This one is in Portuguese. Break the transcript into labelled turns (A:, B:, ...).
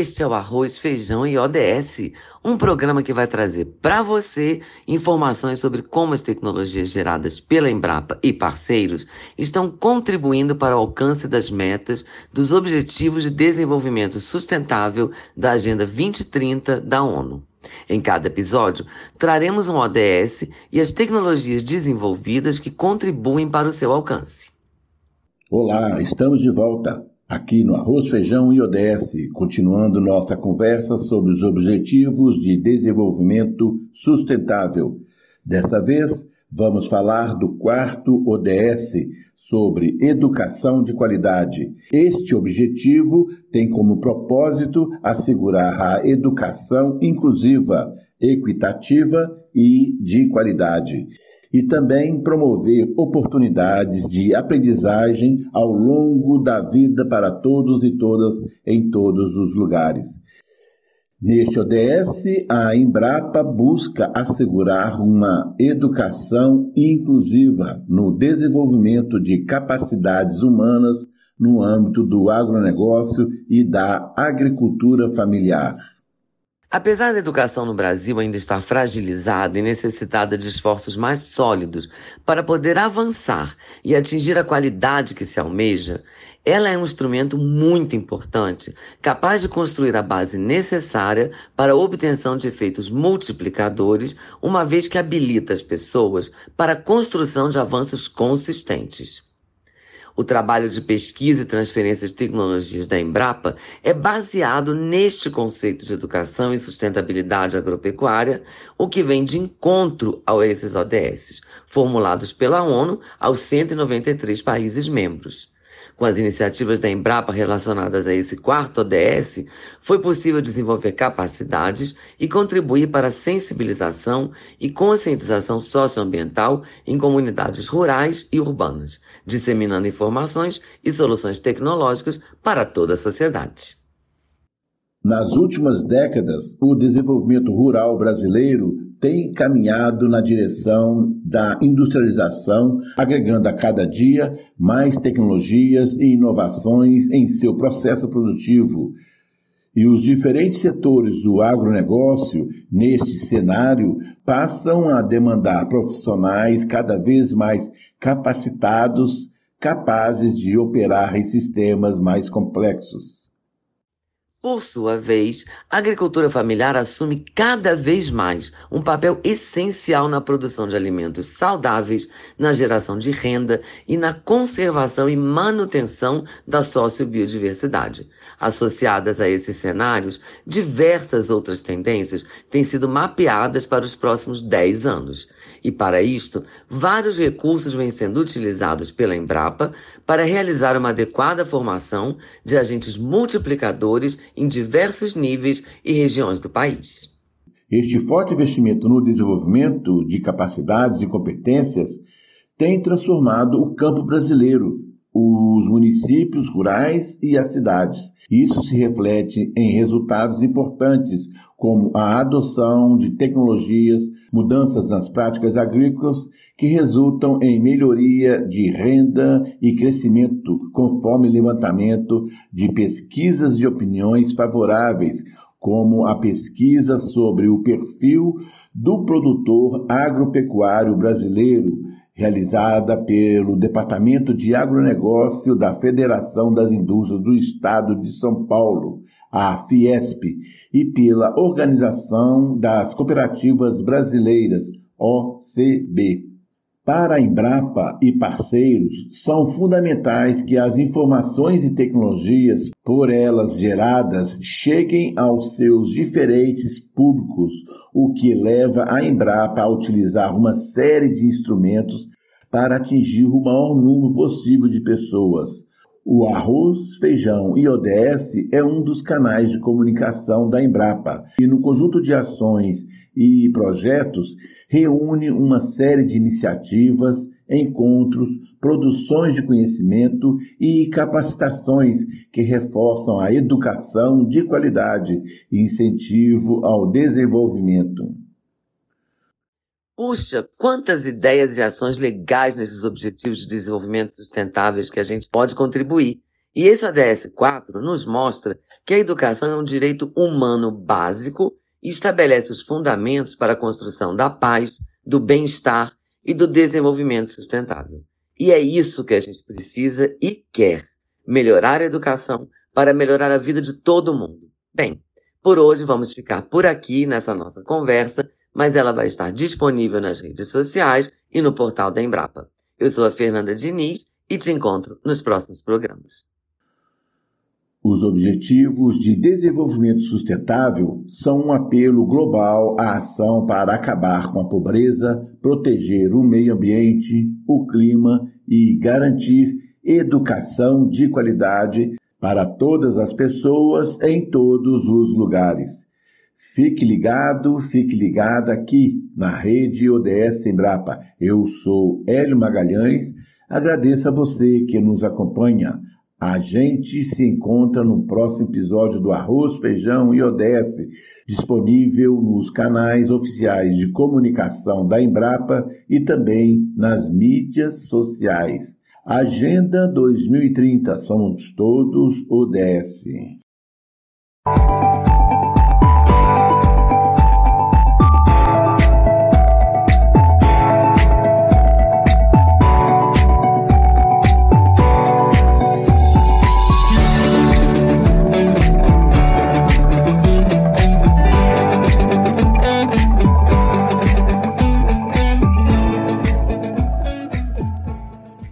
A: Este é o Arroz, Feijão e ODS, um programa que vai trazer para você informações sobre como as tecnologias geradas pela Embrapa e parceiros estão contribuindo para o alcance das metas dos Objetivos de Desenvolvimento Sustentável da Agenda 2030 da ONU. Em cada episódio, traremos um ODS e as tecnologias desenvolvidas que contribuem para o seu alcance.
B: Olá, estamos de volta aqui no Arroz, Feijão e ODS, continuando nossa conversa sobre os Objetivos de Desenvolvimento Sustentável. Dessa vez, vamos falar do quarto ODS, sobre educação de qualidade. Este objetivo tem como propósito assegurar a educação inclusiva, equitativa e de qualidade, e também promover oportunidades de aprendizagem ao longo da vida para todos e todas em todos os lugares. Neste ODS, a Embrapa busca assegurar uma educação inclusiva no desenvolvimento de capacidades humanas no âmbito do agronegócio e da agricultura familiar.
A: Apesar da educação no Brasil ainda estar fragilizada e necessitada de esforços mais sólidos para poder avançar e atingir a qualidade que se almeja, ela é um instrumento muito importante, capaz de construir a base necessária para a obtenção de efeitos multiplicadores, uma vez que habilita as pessoas para a construção de avanços consistentes. O trabalho de pesquisa e transferência de tecnologias da Embrapa é baseado neste conceito de educação e sustentabilidade agropecuária, o que vem de encontro a esses ODS, formulados pela ONU aos 193 países membros. Com as iniciativas da Embrapa relacionadas a esse quarto ODS, foi possível desenvolver capacidades e contribuir para a sensibilização e conscientização socioambiental em comunidades rurais e urbanas, disseminando informações e soluções tecnológicas para toda a sociedade.
B: Nas últimas décadas, o desenvolvimento rural brasileiro tem caminhado na direção da industrialização, agregando a cada dia mais tecnologias e inovações em seu processo produtivo. E os diferentes setores do agronegócio, neste cenário, passam a demandar profissionais cada vez mais capacitados, capazes de operar em sistemas mais complexos.
A: Por sua vez, a agricultura familiar assume cada vez mais um papel essencial na produção de alimentos saudáveis, na geração de renda e na conservação e manutenção da sociobiodiversidade. Associadas a esses cenários, diversas outras tendências têm sido mapeadas para os próximos 10 anos. E para isto, vários recursos vêm sendo utilizados pela Embrapa para realizar uma adequada formação de agentes multiplicadores em diversos níveis e regiões do país.
B: Este forte investimento no desenvolvimento de capacidades e competências tem transformado o campo brasileiro, os municípios rurais e as cidades. Isso se reflete em resultados importantes, como a adoção de tecnologias, mudanças nas práticas agrícolas, que resultam em melhoria de renda e crescimento, conforme levantamento de pesquisas de opiniões favoráveis, como a pesquisa sobre o perfil do produtor agropecuário brasileiro, realizada pelo Departamento de Agronegócio da Federação das Indústrias do Estado de São Paulo, a Fiesp, e pela Organização das Cooperativas Brasileiras, OCB. Para a Embrapa e parceiros, são fundamentais que as informações e tecnologias por elas geradas cheguem aos seus diferentes públicos, o que leva a Embrapa a utilizar uma série de instrumentos para atingir o maior número possível de pessoas. O Arroz, Feijão e ODS é um dos canais de comunicação da Embrapa e, no conjunto de ações e projetos, reúne uma série de iniciativas, encontros, produções de conhecimento e capacitações que reforçam a educação de qualidade e incentivo ao desenvolvimento.
A: Puxa, quantas ideias e ações legais nesses objetivos de desenvolvimento sustentáveis que a gente pode contribuir. E esse ODS 4 nos mostra que a educação é um direito humano básico e estabelece os fundamentos para a construção da paz, do bem-estar e do desenvolvimento sustentável. E é isso que a gente precisa e quer: melhorar a educação para melhorar a vida de todo mundo. Bem, por hoje vamos ficar por aqui nessa nossa conversa, mas ela vai estar disponível nas redes sociais e no portal da Embrapa. Eu sou a Fernanda Diniz e te encontro nos próximos programas.
B: Os Objetivos de Desenvolvimento Sustentável são um apelo global à ação para acabar com a pobreza, proteger o meio ambiente, o clima e garantir educação de qualidade para todas as pessoas em todos os lugares. Fique ligado, fique ligada aqui na Rede ODS Embrapa. Eu sou Hélio Magalhães, agradeço a você que nos acompanha. A gente se encontra no próximo episódio do Arroz, Feijão e ODS, disponível nos canais oficiais de comunicação da Embrapa e também nas mídias sociais. Agenda 2030, somos todos ODS.